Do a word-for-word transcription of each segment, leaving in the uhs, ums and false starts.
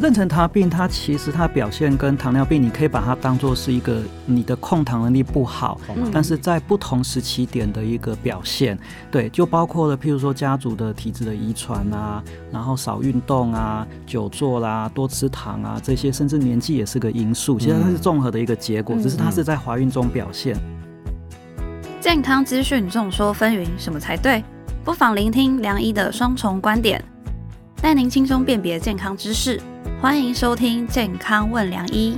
妊娠糖尿病它其实它表现跟糖尿病，你可以把它当作是一个你的控糖能力不好，嗯、但是在不同时期点的一个表现。对，就包括了譬如说家族的体质的遗传啊，然后少运动啊、久坐啦、多吃糖啊这些，甚至年纪也是个因素。其实它是综合的一个结果，嗯、只是它是在怀孕中表现。 健康资讯众说纷纭，什么才对？不妨聆听良医的双重观点，带您轻松辨别健康知识。欢迎收听健康问良医。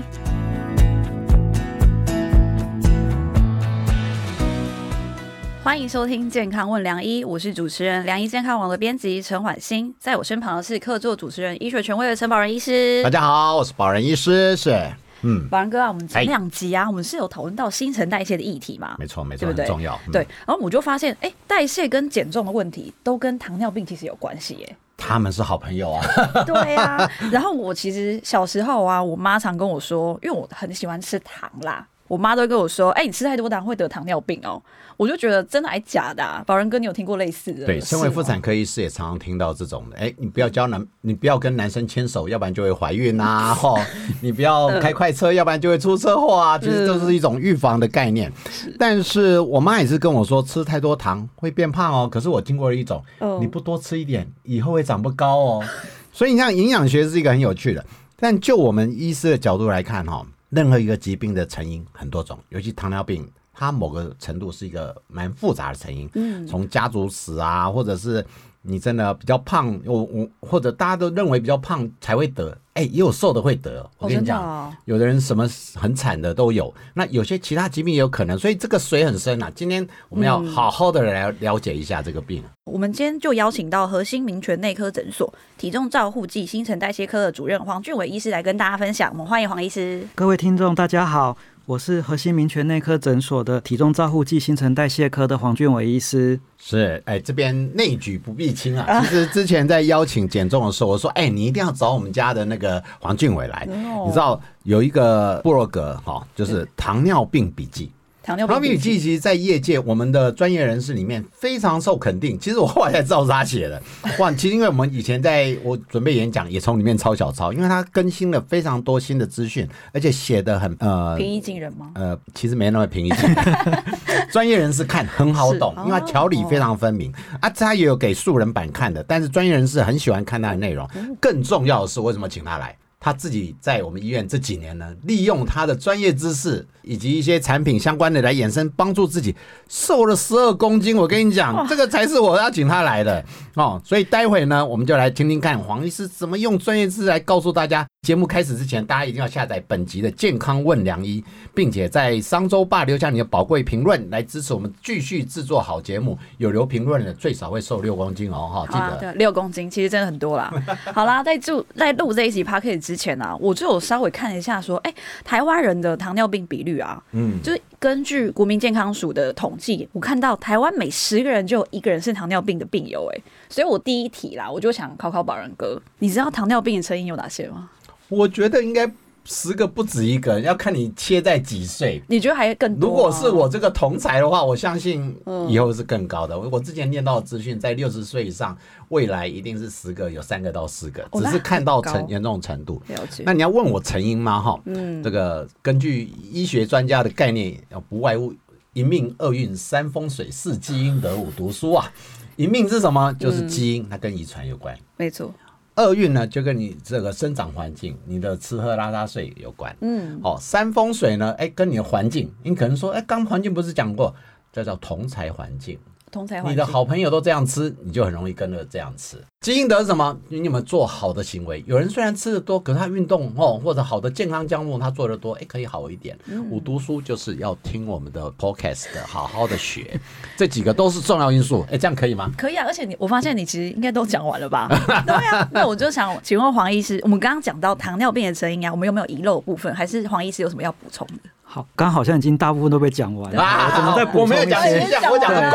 欢迎收听健康问良医，我是主持人良医健康网的编辑陈婉欣，在我身旁的是客座主持人医学权威的陈保仁医师。 大家好，我是保仁医师，是嗯，保仁哥啊，我们前两集啊，我们是有讨论到新陈代谢的议题嘛？ 没错，没错， 对不对？ 很重要。嗯、 对，然后我就发现，哎，代谢跟减重的问题都跟糖尿病其实有关系耶。 他们是好朋友啊。 对啊，然后我其实小时候啊，我妈常跟我说，因为我很喜欢吃糖啦，我妈都会跟我说，哎、欸，你吃太多糖会得糖尿病哦。我就觉得真的还假的啊？保仁哥，你有听过类似的？ 对，身为妇产科医师也常常听到这种的。哎、欸，你不要教男，你不要跟男生牵手，要不然就会怀孕啊！吼，你不要开快车，要不然就会出车祸啊！其实都是一种预防的概念。嗯、但是我妈也是跟我说，吃太多糖会变胖哦。可是我经过了一种，哦、你不多吃一点，以后会长不高哦。所以你看，营养学是一个很有趣的。但就我们医师的角度来看，哈，任何一个疾病的成因很多种，尤其糖尿病。它某个程度是一个蛮复杂的成因，嗯，从家族史啊，或者是你真的比较胖，我我或者大家都认为比较胖才会得，哎、欸，也有瘦的会得。我跟你讲、哦，有的人什么很惨的都有，那有些其他疾病也有可能，所以这个水很深啊。今天我们要好好的来了解一下这个病。嗯、 我们今天就邀请到核心民权内科诊所体重照护暨新陈代谢科的主任黄俊伟医师来跟大家分享。我们欢迎黄医师。 各位听众，大家好。我是核心民权内科诊所的体重照护暨新陈代谢科的黄俊伟医师。 是，哎，这边内举不避亲啊。其实之前在邀请减重的时候，我说，哎，你一定要找我们家的那个黄俊伟来。哦、你知道有一个部落格哈、哦，就是糖尿病笔记。糖尿病笔记其实在业界我们的专业人士里面非常受肯定，其实我后来才知道是他写的。哇，其实因为我们以前在我准备演讲也从里面抄小抄，因为他更新了非常多新的资讯，而且写的很呃平易近人吗？ 呃，其实没那么平易近人，专业人士看很好懂，因为他条理非常分明、哦、啊。他也有给素人版看的，但是专业人士很喜欢看他的内容。更重要的是，为什么请他来？他自己在我们医院这几年呢，利用他的专业知识以及一些产品相关的来衍生，帮助自己瘦了十二公斤。我跟你讲，这个才是我要请他来的哦。所以待会呢，我们就来听听看黄医师怎么用专业知识来告诉大家。节目开始之前，大家一定要下载本集的健康问良医，并且在商周吧留下你的宝贵评论，来支持我们继续制作好节目。有留评论的最少会瘦六公斤哦，哈，记得六公斤其实真的很多啦。好啦，在录在录这一集 Podcast 之前啊，我就有稍微看一下说，哎、欸，台湾人的糖尿病比率啊，嗯，就是根据国民健康署的统计，我看到台湾每十个人就有一个人是糖尿病的病友、欸，哎，所以我第一题啦，我就想考考保仁哥，你知道糖尿病的成因有哪些吗？ 我觉得应该十个不止一个，要看你切在几岁。 你觉得还更多、啊？ 如果是我这个同才的话，我相信以后是更高的。嗯、我之前念到的资讯，在六十岁以上，未来一定是十个有三个到四个，哦、只是看到程严重程度。 了解。 那你要问我成因吗？哈，嗯，这个根据医学专家的概念，不外乎一命二运三风水四基因得五读书啊。一命是什么？就是基因，嗯、它跟遗传有关。 没错。 二运呢，就跟你这个生长环境、你的吃喝拉撒睡有关。嗯，哦，三风水呢，哎，跟你的环境，你可能说，哎，刚环境不是讲过，这叫同财环境。同财环境，你的好朋友都这样吃，你就很容易跟着这样吃。基因得是什么？你有没有做好的行为？有人虽然吃的多，可是他运动哦，或者好的健康项目他做的多，哎，可以好一点。嗯、我读书就是要听我们的 podcast 的，好好的学，这几个都是重要因素。哎，这样可以吗？ 可以啊，而且你我发现你其实应该都讲完了吧？对啊，那我就想请问黄医师，我们刚刚讲到糖尿病的成因啊，我们有没有遗漏的部分？还是黄医师有什么要补充的？ 好，刚好像已经大部分都被讲完了。 啊、我怎么再补充一些？我没有讲形象，我讲的公式。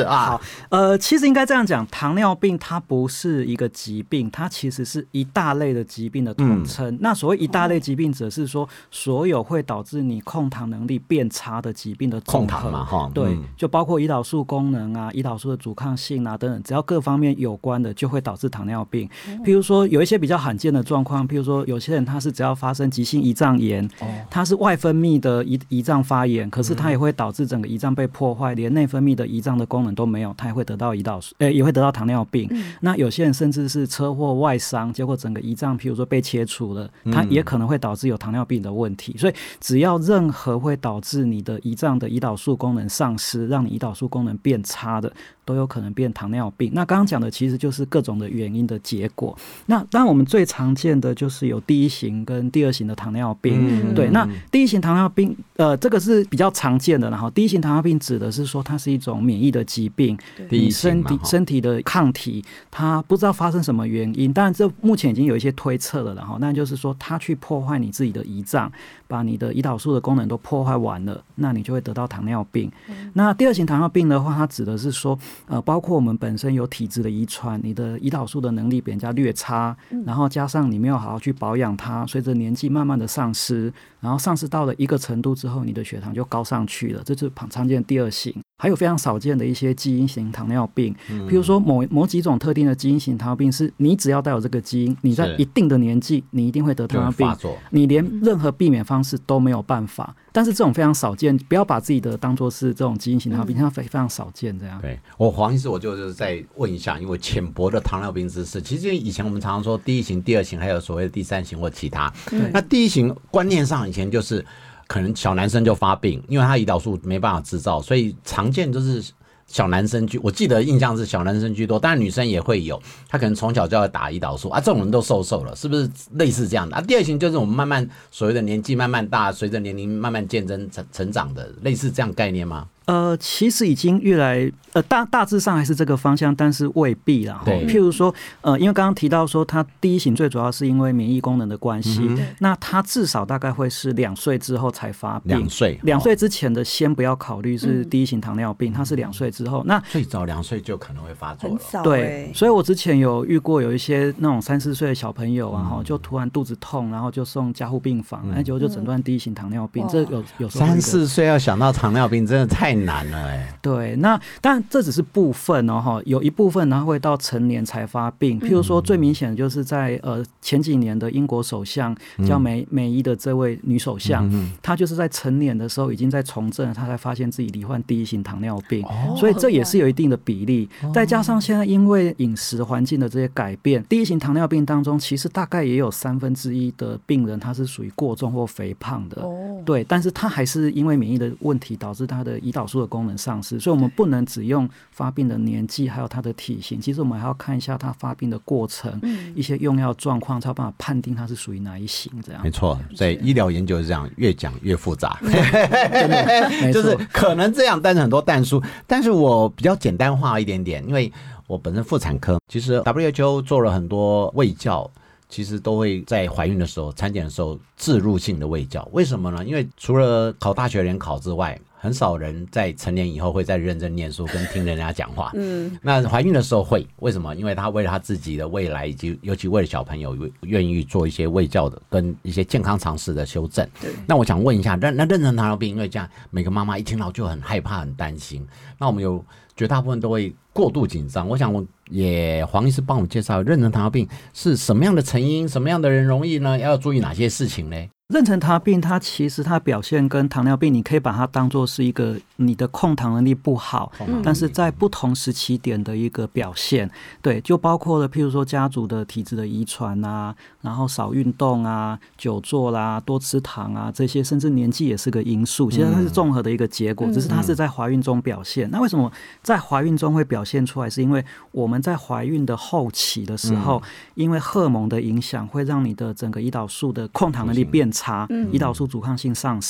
啊。 好，呃，其实应该这样讲，糖尿病它不是一个疾病，它其实是一大类的疾病的统称。嗯、那所谓一大类疾病，指的是说所有会导致你控糖能力变差的疾病的综合。 控糖嘛，哈， 对， 嗯、 就包括胰岛素功能啊、胰岛素的阻抗性啊等等，只要各方面有关的，就会导致糖尿病。嗯、譬如说，有一些比较罕见的状况，譬如说，有些人他是只要发生急性胰脏炎，哦、它是外分泌的胰胰脏发炎，可是它也会导致整个胰脏被破坏，连内分泌的胰脏的功能都没有，它也会得到胰岛素，呃，也会得到糖尿病。嗯、那有些人甚至是车祸外伤，结果整个胰脏，譬如说被切除了，它也可能会导致有糖尿病的问题。所以，只要任何会导致你的胰脏的胰岛素功能丧失，让你胰岛素功能变差的，都有可能变糖尿病。那刚刚讲的其实就是各种的原因的结果。那当然我们最常见的就是有第一型跟第二型的糖尿病。嗯、对，那第一型糖尿病，呃，这个是比较常见的。然后第一型糖尿病指的是说它是一种免疫的疾病，你身体身体的抗体它不知道发生什么原因，当然这目前已经有一些推测了。然后那就是说它去破坏你自己的胰脏，把你的胰岛素的功能都破坏完了，那你就会得到糖尿病。嗯、那第二型糖尿病的话，它指的是说呃，包括我们本身有体质的遗传，你的胰岛素的能力比人家略差，嗯、然后加上你没有好好去保养它，随着年纪慢慢的丧失，然后丧失到了一个程度之后，你的血糖就高上去了，这就是常见的第二型。还有非常少见的一些基因型糖尿病，嗯、比如说某某几种特定的基因型糖尿病，是你只要带有这个基因，你在一定的年纪，你一定会得糖尿病，你连任何避免方式都没有办法。但是这种非常少见，不要把自己的当作是这种基因型糖尿病，它、嗯、非常少见这样。 对，我黄医师，我就是再问一下，因为浅薄的糖尿病知识，其实以前我们常常说第一型、第二型，还有所谓的第三型或其他。那第一型观念上以前就是可能小男生就发病，因为他胰岛素没办法制造，所以常见就是小男生居，我记得印象是小男生居多，当然女生也会有，他可能从小就要打胰岛素啊，这种人都瘦瘦了，是不是类似这样的啊？第二型就是我们慢慢所谓的年纪慢慢大，随着年龄慢慢渐增成成长的，类似这样概念吗？ 呃，其实已经越来呃大大致上还是这个方向，但是未必啦。譬如说，呃，因为刚刚提到说，它第一型最主要是因为免疫功能的关系，嗯、那它至少大概会是两岁之后才发病。 两岁， 两岁之前的先不要考虑是第一型糖尿病，嗯、它是两岁之后。那最早两岁就可能会发作了。 欸、 对，所以我之前有遇过有一些那种三四岁的小朋友啊，嗯、就突然肚子痛，然后就送加护病房，那、嗯、结果就诊断第一型糖尿病。嗯、这有有时候三四岁要想到糖尿病，真的太难了哎、欸。 对，那但这只是部分哦，有一部分然后会到成年才发病。譬如说，最明显的就是在呃前几年的英国首相叫梅梅伊的这位女首相，嗯、她就是在成年的时候已经在从政，她才发现自己罹患第一型糖尿病，哦、所以这也是有一定的比例。哦、再加上现在因为饮食环境的这些改变，第一型糖尿病当中其实大概也有三分之一的病人他是属于过重或肥胖的，哦、对，但是他还是因为免疫的问题导致他的胰岛素的功能丧失。所以我们不能只用发病的年纪还有他的体型，其实我们还要看一下他发病的过程，嗯、一些用药状况，才有办法判定他是属于哪一型这样。 没错，所以医疗研究是这样，越讲越复杂，就是可能这样，但是很多但书，但是我比较简单化一点点，因为我本身妇产科，其实 W H O 做了很多卫教。其实都会在怀孕的时候、产检的时候置入性的卫教，为什么呢？因为除了考大学联考之外，很少人在成年以后会再认真念书跟听人家讲话。嗯，那怀孕的时候会，为什么？因为他为了他自己的未来，以及尤其为了小朋友，愿意做一些卫教的跟一些健康常识的修正。对，那我想问一下，那那妊娠糖尿病，因为这样每个妈妈一听到就很害怕、很担心。那我们有绝大部分都会过度紧张。我想我也黄医师帮我们介绍，妊娠糖尿病是什么样的成因，什么样的人容易呢？要注意哪些事情呢？ 妊娠糖尿病它其实它表现跟糖尿病，你可以把它当作是一个你的控糖能力不好，但是在不同时期点的一个表现。对，就包括了譬如说家族的体质的遗传啊，然后少运动啊、久坐啦、多吃糖啊这些，甚至年纪也是个因素。其实它是综合的一个结果，只是它是在怀孕中表现。那为什么在怀孕中会表现出来？是因为我们在怀孕的后期的时候，因为荷尔蒙的影响，会让你的整个胰岛素的控糖能力变差，胰岛素阻抗性上升，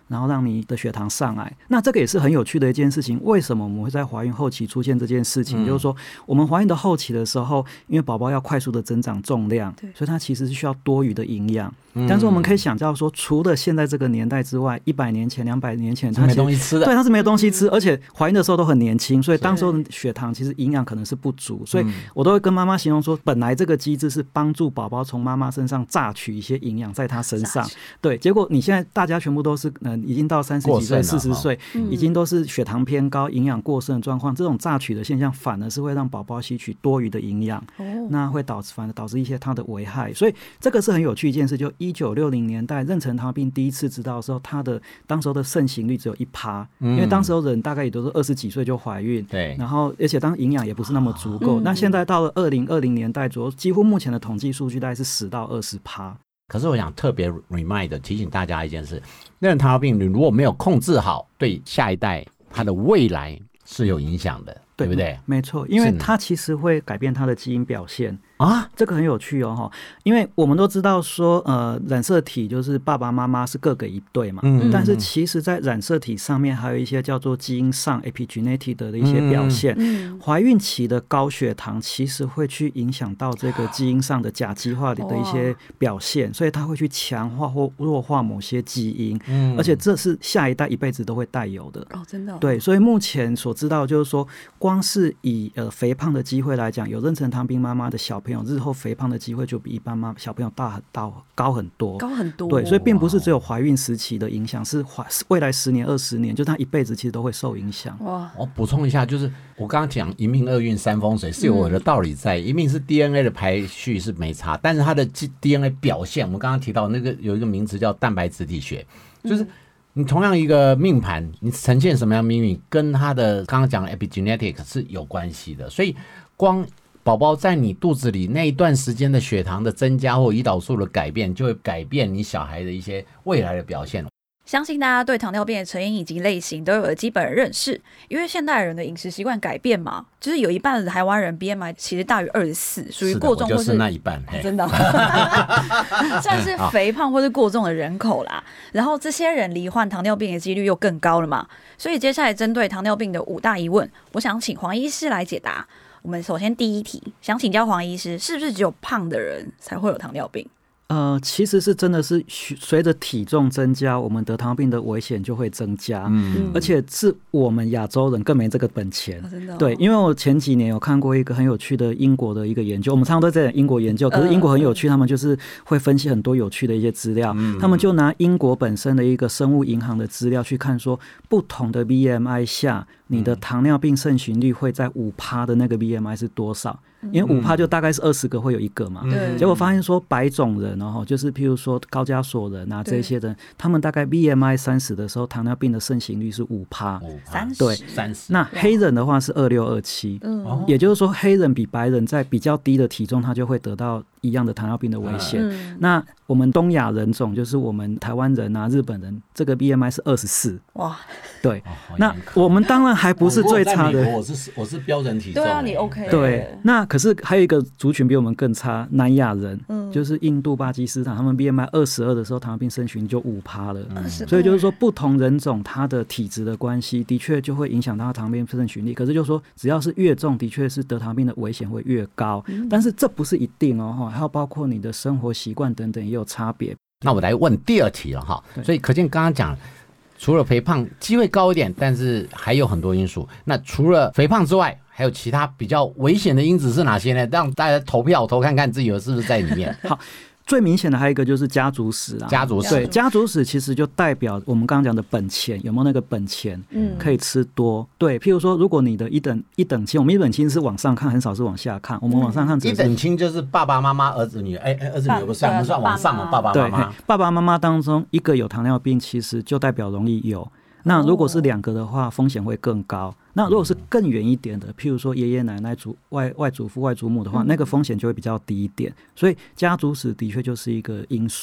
然后让你的血糖上来。那这个也是很有趣的一件事情，为什么我们会在怀孕后期出现这件事情、嗯、就是说我们怀孕的后期的时候，因为宝宝要快速的增长重量，所以它其实是需要多余的营养、嗯、但是我们可以想到说，除了现在这个年代之外，一百年前两百年前它没东西吃的， 对，它是没有东西吃、嗯、而且怀孕的时候都很年轻，所以当时候的血糖其实营养可能是不足，所以我都会跟妈妈形容说，本来这个机制是帮助宝宝从妈妈身上榨取一些营养在他身上，对，结果你现在大家全部都是、呃、已经到三十几岁四十岁、嗯、已经都是血糖偏高营养过剩的状况，这种榨取的现象反而是会让宝宝吸取多余的营养、哦、那会导致反而导致一些它的危害，所以这个是很有趣一件事。就一九六零年代妊娠糖尿病第一次知道的时候，它的当时候的盛行率只有一趴、嗯、因为当时候人大概也都是二十几岁就怀孕，对，然后而且当营养也不是那么足够、嗯、那现在到了二零二零年代左右，几乎目前的统计数据大概是十到二十趴。 可是我想特别 remind 提醒大家一件事，妊娠糖尿病你如果没有控制好，对下一代它的未来是有影响的， 对, 对不对？ 没错，因为它其实会改变它的基因表现啊，这个很有趣哦，因为我们都知道说，呃，染色体就是爸爸妈妈是各个一对嘛，嗯，但是其实在染色体上面还有一些叫做基因上 epigenetic 的一些表现，嗯，怀孕期的高血糖其实会去影响到这个基因上的甲基化的一些表现，所以它会去强化或弱化某些基因，嗯，而且这是下一代一辈子都会带有的哦，真的哦， 对，所以目前所知道就是说，光是以呃肥胖的机会来讲，有妊娠糖尿病妈妈的小朋友日后肥胖的机会就比一般妈小朋友大很大高很多， 高很多。 对，所以并不是只有怀孕时期的影响，是未来十年、二十年，就他一辈子其实都会受影响。 哇！我补充一下，就是我刚刚讲一命二运三风水是有我的道理在。嗯、一命是 D N A 的排序是没差，但是它的 D N A 表现，我们刚刚提到那个有一个名词叫蛋白质体学，就是你同样一个命盘，你呈现什么样的命运，跟它的刚刚讲的 epigenetic 是有关系的，所以光宝宝在你肚子里那一段时间的血糖的增加或胰岛素的改变，就会改变你小孩的一些未来的表现。 相信大家对糖尿病的成因以及类型都有了基本的认识，因为现代人的饮食习惯改变嘛，就是有一半的台湾人 B M I 其实大于二十四，属于过重或是， 是就是那一半， 哦、真的算是肥胖或是过重的人口啦。然后这些人罹患糖尿病的几率又更高了嘛，所以接下来针对糖尿病的五大疑问，我想请黄医师来解答。我们首先第一题，想请教黄医师，是不是只有胖的人才会有糖尿病？ 呃，其实是真的是随着体重增加，我们得糖尿病的危险就会增加，嗯，而且是我们亚洲人更没这个本钱，哦真的哦、对，因为我前几年有看过一个很有趣的英国的一个研究，我们常常都在讲英国研究，可是英国很有趣，呃、他们就是会分析很多有趣的一些资料，嗯、他们就拿英国本身的一个生物银行的资料去看说，不同的 B M I 下，你的糖尿病盛行率会在 百分之五 的那个 B M I 是多少？因为 百分之五 就大概是二十个会有一个嘛，嗯、结果发现说白种人哦，就是譬如说高加索人啊这些人，他们大概 B M I 三十的时候，糖尿病的盛行率是 百分之五， 对，三十。那黑人的话是二六二七，嗯，也就是说黑人比白人在比较低的体重，他就会得到一样的糖尿病的危险。嗯、那我们东亚人种，就是我们台湾人啊、日本人，这个 B M I 是二十四，哇，对，哦、那我们当然还不是最差的。 我是我是标准体重， 对啊，你 OK。 对，那可是还有一个族群比我们更差，南亚人，嗯、就是印度、巴基斯坦，他们 B M I 二十二的时候，糖尿病盛行就 百分之五 了。嗯、所以就是说，不同人种它的体质的关系，的确就会影响到糖尿病盛行率。可是就是说，只要是越重，的确是得糖尿病的危险会越高。嗯、但是这不是一定哦，还有包括你的生活习惯等等也有差别。 那我来问第二题了哈，所以可见刚刚讲，除了肥胖机会高一点，但是还有很多因素。那除了肥胖之外，还有其他比较危险的因子是哪些呢？让大家投票投看看自己是不是在里面。 好。最明显的还有一个就是家族史啊， 家族史对家族史其实就代表我们刚刚讲的本钱有没有那个本钱，嗯，可以吃多。对，譬如说，如果你的一等一等亲，我们一等亲是往上看，很少是往下看。我们往上看， 一等亲就是爸爸妈妈、儿子女，哎哎，儿子女不算不算往上嘛？爸爸妈妈， 爸爸妈妈当中一个有糖尿病，其实就代表容易有。那如果是两个的话，风险会更高。那如果是更远一点的，譬如说爷爷奶奶、祖外外祖父、外祖母的话，那个风险就会比较低一点。所以家族史的确就是一个因素。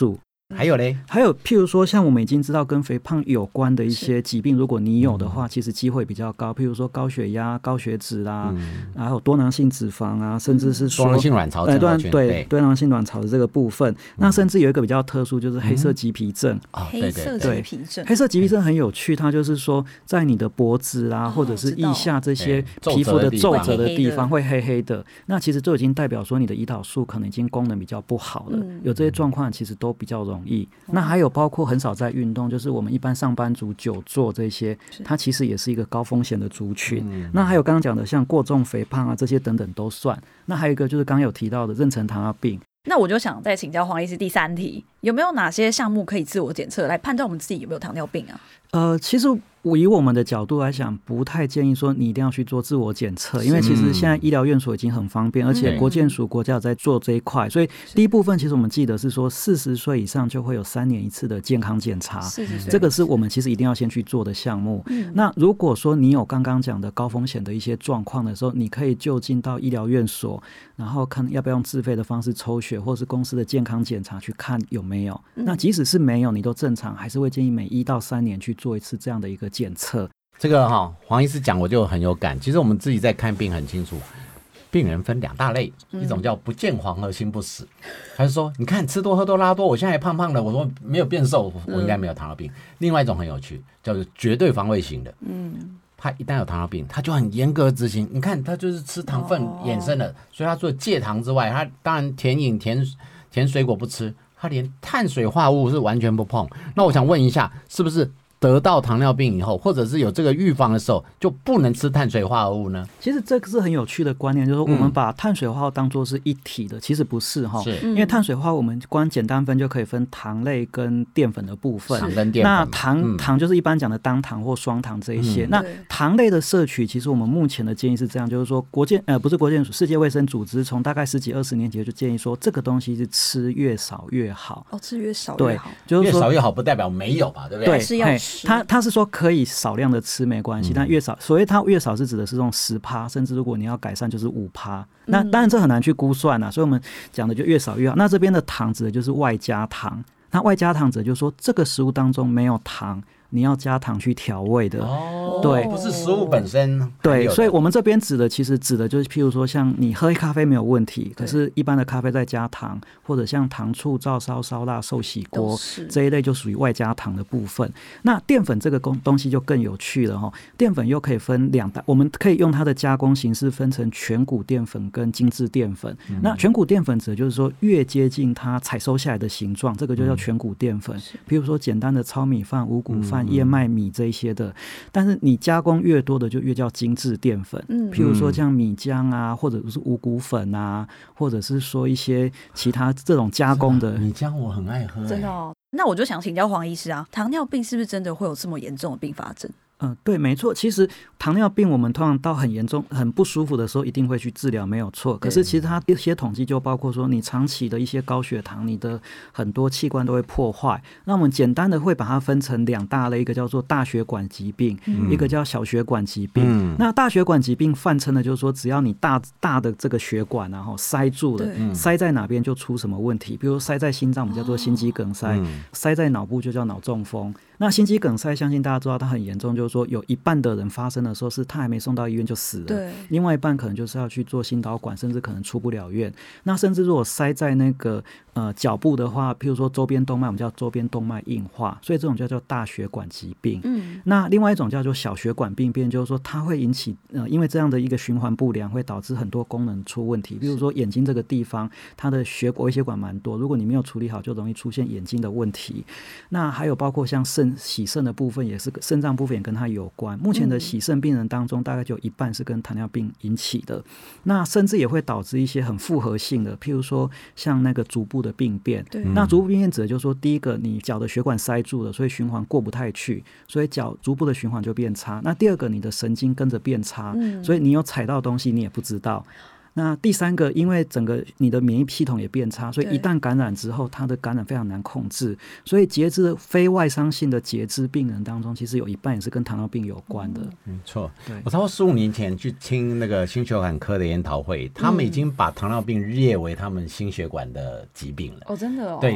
还有嘞， 还有譬如说像我们已经知道跟肥胖有关的一些疾病，如果你有的话，其实机会比较高，譬如说高血压、高血脂啦，嗯、然后多囊性脂肪啊，甚至是说多囊性卵巢症候群， 呃、对多囊性卵巢的这个部分，嗯、那甚至有一个比较特殊，就是黑色棘皮症。 嗯、黑色棘皮症， 黑色棘皮症很有趣，它就是说在你的脖子啊，哦、或者是腋下这些皮肤的皱褶的地方会黑黑的，那其实就已经代表说你的胰岛素可能已经功能比较不好了，嗯、有这些状况其实都比较容易。嗯、那还有包括很少在运动，就是我们一般上班族久坐这些，它其实也是一个高风险的族群。嗯、那还有刚刚讲的像过重、肥胖啊这些等等都算。那还有一个就是刚刚有提到的妊娠糖尿病。 那我就想再请教黄医师第三题，有没有哪些项目可以自我检测来判断我们自己有没有糖尿病啊？ 呃，其实我以我们的角度来讲，不太建议说你一定要去做自我检测，因为其实现在医疗院所已经很方便，而且国健署国家有在做这一块，所以第一部分其实我们记得是说四十岁以上就会有三年一次的健康检查，这个是我们其实一定要先去做的项目。嗯、那如果说你有刚刚讲的高风险的一些状况的时候，你可以就近到医疗院所，然后看要不要用自费的方式抽血，或是公司的健康检查去看有没有。嗯、那即使是没有，你都正常，还是会建议每一到三年去做一次这样的一个检测。 这个哈、哦，黄医师讲我就很有感。其实我们自己在看病很清楚，病人分两大类，一种叫不见黄河心不死，他就说你看吃多喝多拉多，我现在还胖胖的，我说没有变瘦，我应该没有糖尿病。嗯、另外一种很有趣，叫做绝对防卫型的，嗯，他一旦有糖尿病，他就很严格执行。你看他就是吃糖分衍生的，哦、所以他除了戒糖之外，他当然甜饮甜甜水果不吃，他连碳水化合物是完全不碰。那我想问一下，是不是得到糖尿病以后，或者是有这个预防的时候，就不能吃碳水化合物呢？ 其实这个是很有趣的观念，就是说我们把碳水化合物当作是一体的，嗯、其实不是哈，因为碳水化合物我们光简单分就可以分糖类跟淀粉的部分。 糖跟淀粉， 那糖、嗯、糖就是一般讲的单糖或双糖这一些。嗯、那糖类的摄取，其实我们目前的建议是这样，就是说国健呃不是国健署，世界卫生组织从大概十几二十年前就建议说，这个东西是吃越少越好。 哦，吃越少越好。 对，就是说越少越好，不代表没有吧？对不对？ 对，是要吃。 他他是说可以少量的吃没关系，嗯、但越少，所谓它越少是指的是这种十趴，甚至如果你要改善就是五趴。那当然这很难去估算啊，所以我们讲的就越少越好。那这边的糖指的就是外加糖，那外加糖指的就是说这个食物当中没有糖，你要加糖去调味的。 哦， 对， 不是食物本身。 对，所以我们这边指的其实指的就是譬如说像你喝咖啡没有问题，可是一般的咖啡再加糖，或者像糖醋照烧烧腊寿喜锅这一类就属于外加糖的部分。那淀粉这个东西就更有趣了齁，淀粉又可以分两大，我们可以用它的加工形式分成全谷淀粉跟精致淀粉。嗯、那全谷淀粉指的就是说越接近它采收下来的形状，这个就叫全谷淀粉。嗯、比如说简单的糙米饭、五谷饭、燕麦米这一些的，但是你加工越多的就越叫精致淀粉。嗯，譬如说像米浆啊，或者是五谷粉啊，或者是说一些其他这种加工的。 米浆我很爱喝、欸， 真的哦。那我就想请教黄医师啊，糖尿病是不是真的会有这么严重的并发症？ 嗯，对，没错。其实糖尿病我们通常到很严重、很不舒服的时候，一定会去治疗，没有错。可是其实它一些统计就包括说，你长期的一些高血糖，你的很多器官都会破坏。那我们简单的会把它分成两大类，一个叫做大血管疾病，嗯、一个叫小血管疾病。嗯、那大血管疾病泛称的就是说，只要你大大的这个血管然后塞住了，塞在哪边就出什么问题。比如塞在心脏，我们叫做心肌梗塞；哦嗯、塞在脑部就叫脑中风。那心肌梗塞相信大家知道它很严重，就是说有一半的人发生的时候是他还没送到医院就死了，对，另外一半可能就是要去做心导管，甚至可能出不了院。那甚至如果塞在那个呃脚部的话，譬如说周边动脉，我们叫周边动脉硬化，所以这种叫做大血管疾病。嗯，那另外一种叫做小血管病变，就是说它会引起呃因为这样的一个循环不良，会导致很多功能出问题。比如说眼睛这个地方，它的血管微血管蛮多，如果你没有处理好，就容易出现眼睛的问题。那还有包括像肾洗肾的部分，也是肾脏部分也跟它有关。目前的洗肾病人当中，大概就有一半是跟糖尿病引起的。那甚至也会导致一些很复合性的，譬如说像那个足部的病变。那足部病变指的就是说，第一个你脚的血管塞住了，所以循环过不太去，所以脚足部的循环就变差。那第二个你的神经跟着变差，所以你有踩到东西你也不知道。那第三个，因为整个你的免疫系统也变差，所以一旦感染之后，它的感染非常难控制。所以截肢非外伤性的截肢病人当中，其实有一半也是跟糖尿病有关的。 没错，我差不多十五年前去听那个心血管科的研讨会，他们已经把糖尿病列为他们心血管的疾病了。 哦，真的哦。 对，他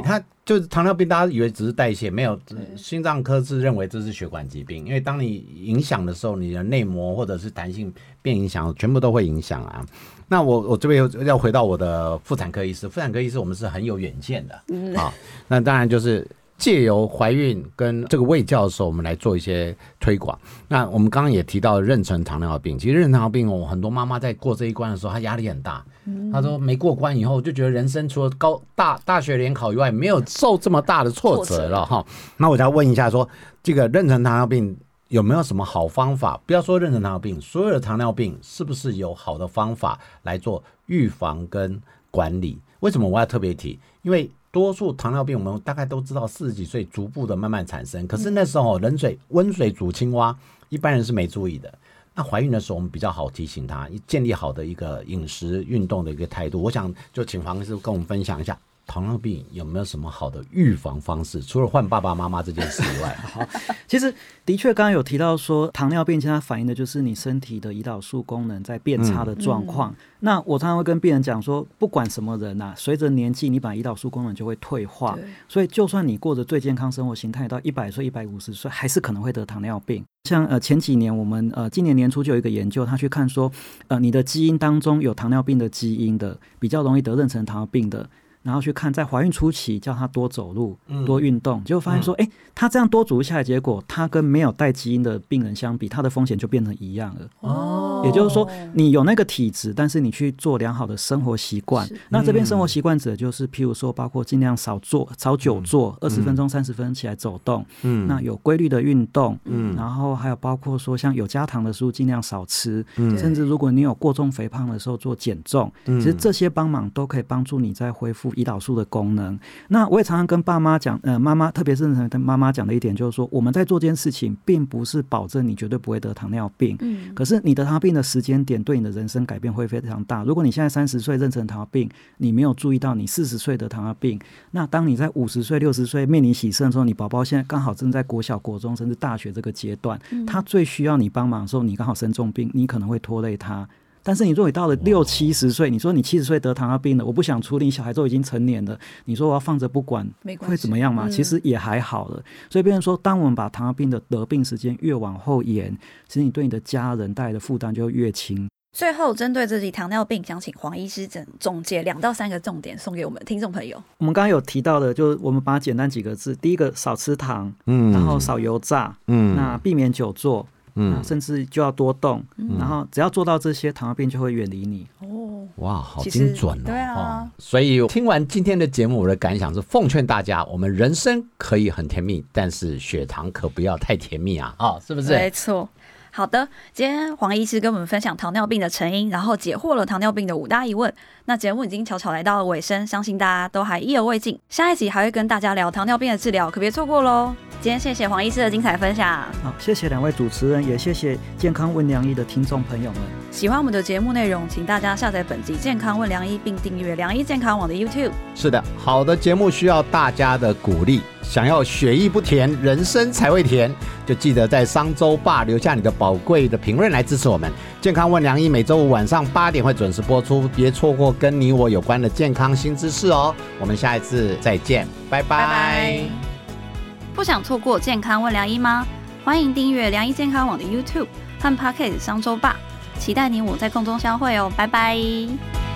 就是糖尿病，大家以为只是代谢，没有，心脏科是认为这是血管疾病，因为当你影响的时候，你的内膜或者是弹性变影响，全部都会影响啊。那我我这边要回到我的妇产科医师，妇产科医师我们是很有远见的、嗯、啊。那当然就是借由怀孕跟这个卫教的时候，我们来做一些推广。那我们刚刚也提到妊娠糖尿病，其实妊娠糖尿病哦，很多妈妈在过这一关的时候，她压力很大。她说没过关以后，就觉得人生除了高大大学联考以外，没有受这么大的挫折了哈。那我就要问一下说，这个妊娠糖尿病有没有什么好方法？不要说妊娠糖尿病，所有的糖尿病是不是有好的方法来做预防跟管理？为什么我要特别提？因为多数糖尿病我们大概都知道四十几岁逐步的慢慢产生，可是那时候冷水温水煮青蛙，一般人是没注意的。那怀孕的时候我们比较好提醒他，建立好的一个饮食运动的一个态度。我想就请黄医师跟我们分享一下糖尿病有没有什么好的预防方式，除了换爸爸妈妈这件事以外。 好，其实的确刚刚有提到说糖尿病现在反映的就是你身体的胰岛素功能在变差的状况、嗯、那我常常会跟病人讲说，不管什么人啊，随着年纪你把胰岛素功能就会退化，所以就算你过着最健康生活形态，到一百岁一百五十岁还是可能会得糖尿病。像呃前几年我们呃今年年初就有一个研究，他去看说呃你的基因当中有糖尿病的基因的，比较容易得妊娠糖尿病的，然后去看在怀孕初期叫他多走路、嗯、多运动，结果发现说哎、嗯，他这样多走路下来，结果他跟没有带基因的病人相比，他的风险就变成一样了。哦，也就是说你有那个体质，但是你去做良好的生活习惯，那这边生活习惯指的就是譬如说包括尽量少坐少久坐，二十分钟三十分钟起来走动，嗯，那有规律的运动，嗯，然后还有包括说像有加糖的食物尽量少吃，嗯，甚至如果你有过重肥胖的时候做减重，嗯，其实这些帮忙都可以帮助你在恢复胰岛素的功能。那我也常常跟爸妈讲，呃，妈妈特别是跟妈妈讲的一点就是说，我们在做这件事情，并不是保证你绝对不会得糖尿病，嗯，可是你得糖尿病的时间点对你的人生改变会非常大。如果你现在三十岁妊娠糖尿病，你没有注意到你四十岁的糖尿病，那当你在五十岁、六十岁面临喜盛的时候，你宝宝现在刚好正在国小、国中甚至大学这个阶段，嗯，他最需要你帮忙的时候，你刚好生重病，你可能会拖累他。但是你如果到了六七十岁，你说你七十岁得糖尿病了，我不想处理，小孩都已经成年了，你说我要放着不管会怎么样吗？嗯，其实也还好了。所以变成说，当我们把糖尿病的得病时间越往后延，其实你对你的家人带来的负担就越轻。 最后针对这集糖尿病，想请黄医师总结两到三个重点送给我们的听众朋友。 我们刚刚有提到的，就是我们把它简单几个字，第一个少吃糖，嗯，然后少油炸，嗯，那避免久坐，嗯，甚至就要多动，嗯，然后只要做到这些，糖尿病就会远离你。 哦，哇，好精准哦！ 对啊， 哦，所以听完今天的节目，我的感想是奉劝大家，我们人生可以很甜蜜，但是血糖可不要太甜蜜啊！哦，是不是？ 没错。好的，今天黄医师跟我们分享糖尿病的成因，然后解惑了糖尿病的五大疑问。那节目已经悄悄来到了尾声，相信大家都还意犹未尽。下一集还会跟大家聊糖尿病的治疗，可别错过咯。今天谢谢黄医师的精彩分享。 好，谢谢两位主持人，也谢谢健康问良医的听众朋友们。 喜欢我们的节目内容，请大家下载本集健康问良医，并订阅良医健康网的 YouTube。 是的，好的节目需要大家的鼓励，想要血液不甜，人生才会甜，就记得在商周吧留下你的宝贵的评论来支持我们。健康问良医每周五晚上八点会准时播出，别错过跟你我有关的健康新知识哦。我们下一次再见，拜拜。拜拜。 不想错过健康问良医吗？欢迎订阅良医健康网的 YouTube 和 Podcast 商周吧，期待你我在空中相会哦，拜拜。